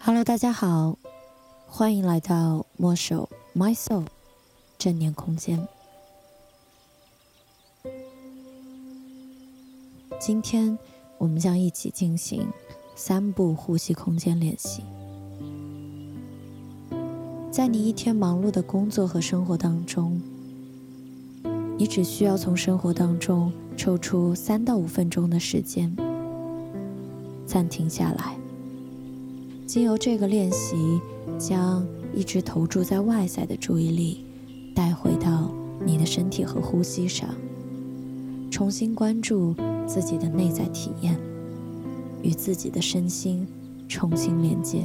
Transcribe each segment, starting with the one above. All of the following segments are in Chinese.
Hello， 大家好，欢迎来到墨守 My Soul 正念空间。今天我们将一起进行3步呼吸空间练习。在你一天忙碌的工作和生活当中，你只需要从生活当中抽出3到5分钟的时间，暂停下来，经由这个练习，将一直投注在外在的注意力带回到你的身体和呼吸上，重新关注自己的内在体验，与自己的身心重新连接，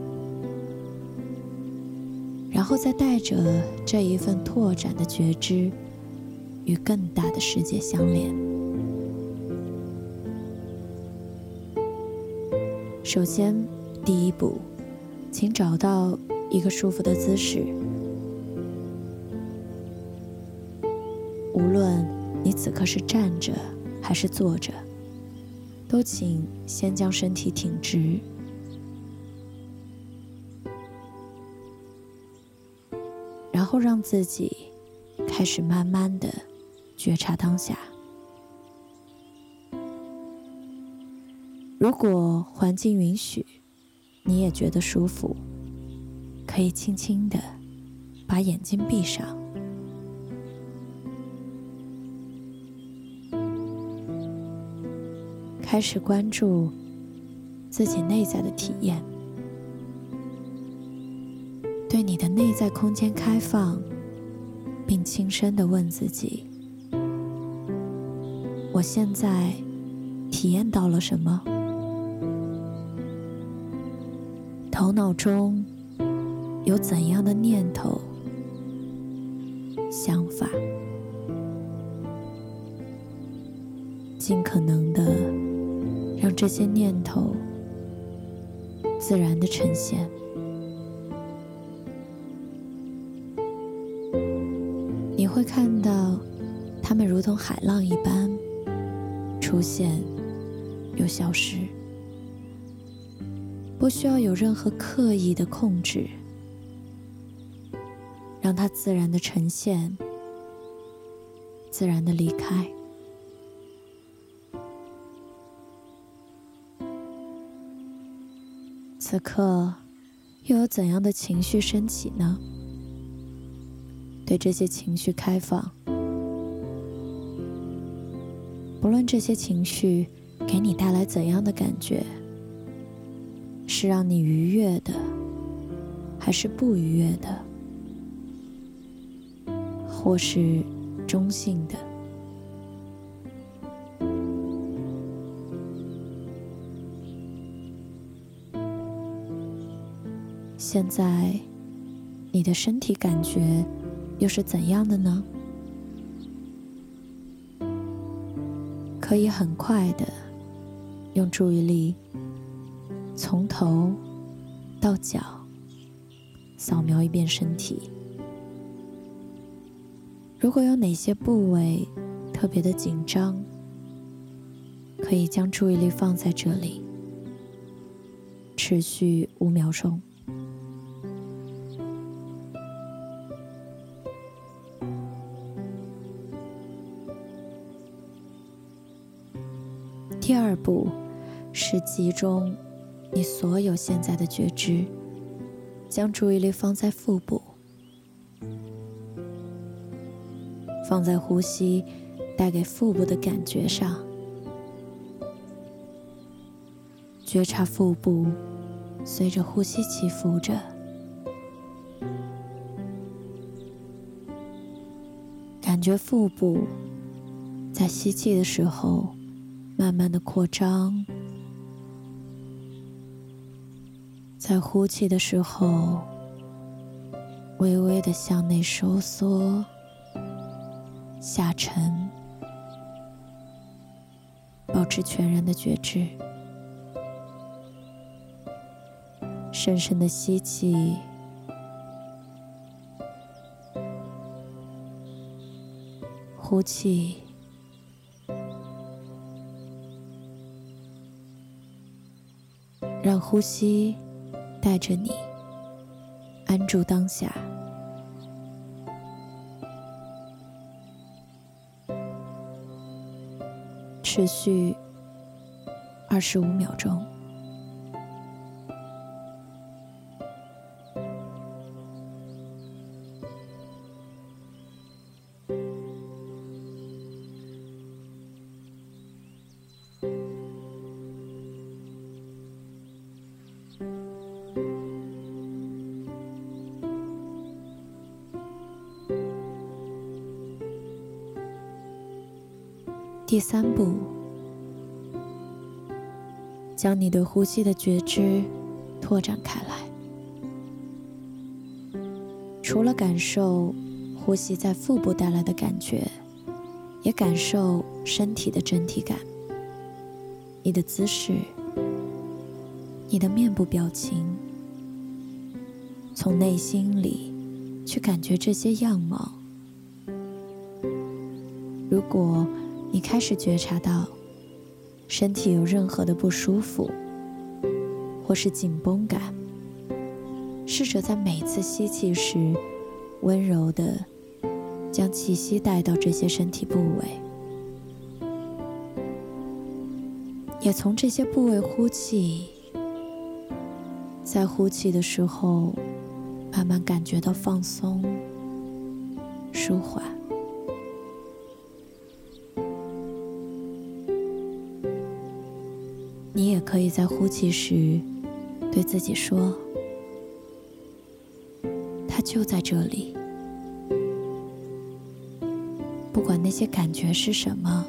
然后再带着这一份拓展的觉知与更大的世界相连。首先，第一步，请找到一个舒服的姿势。无论你此刻是站着还是坐着，都请先将身体挺直，然后让自己开始慢慢的觉察当下。如果环境允许，你也觉得舒服，可以轻轻地把眼睛闭上，开始关注自己内在的体验，对你的内在空间开放，并轻声地问自己：我现在体验到了什么？头脑中有怎样的念头、想法？尽可能的让这些念头自然的呈现。你会看到它们如同海浪一般出现又消失，不需要有任何刻意的控制，让它自然的呈现，自然的离开。此刻又有怎样的情绪升起呢？对这些情绪开放，不论这些情绪给你带来怎样的感觉，是让你愉悦的，还是不愉悦的，或是中性的？现在你的身体感觉又是怎样的呢？可以很快的用注意力从头到脚扫描一遍身体，如果有哪些部位特别的紧张，可以将注意力放在这里，持续5秒钟。第2步是集中你所有现在的觉知，将注意力放在腹部，放在呼吸带给腹部的感觉上，觉察腹部随着呼吸起伏着，感觉腹部在吸气的时候慢慢的扩张，在呼气的时候微微的向内收缩下沉，保持全然的觉知。深深的吸气，呼气，让呼吸带着你安住当下。持续25秒钟。第3步，将你对呼吸的觉知拓展开来。除了感受呼吸在腹部带来的感觉，也感受身体的整体感，你的姿势，你的面部表情，从内心里去感觉这些样貌。如果你开始觉察到身体有任何的不舒服或是紧绷感，试着在每次吸气时温柔地将气息带到这些身体部位，也从这些部位呼气，在呼气的时候慢慢感觉到放松舒缓。你也可以在呼气时对自己说，它就在这里，不管那些感觉是什么，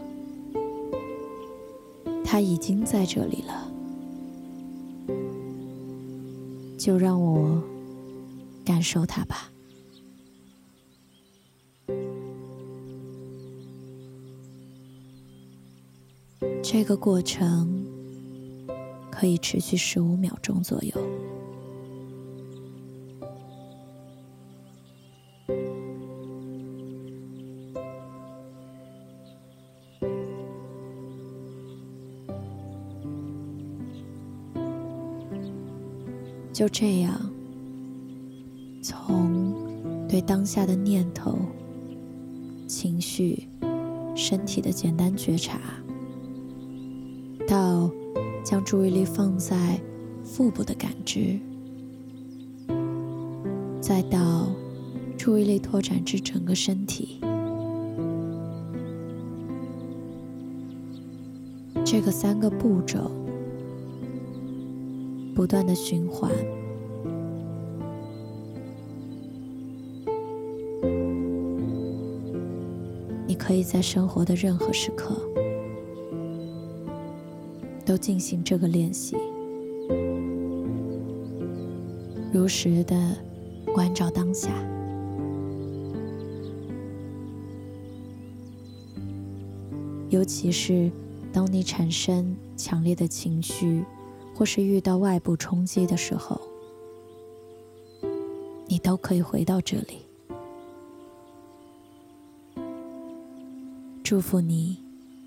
它已经在这里了，就让我感受它吧。这个过程可以持续15秒钟左右。就这样，从对当下的念头、情绪、身体的简单觉察，到将注意力放在腹部的感知，再到注意力拓展至整个身体。这个3个步骤不断的循环，你可以在生活的任何时刻都进行这个练习，如实的关照当下。尤其是当你产生强烈的情绪或是遇到外部冲击的时候，你都可以回到这里。祝福你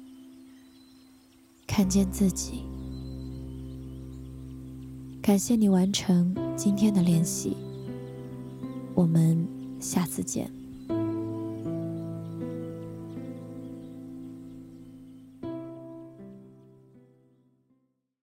看见自己。感谢你完成今天的练习，我们下次见。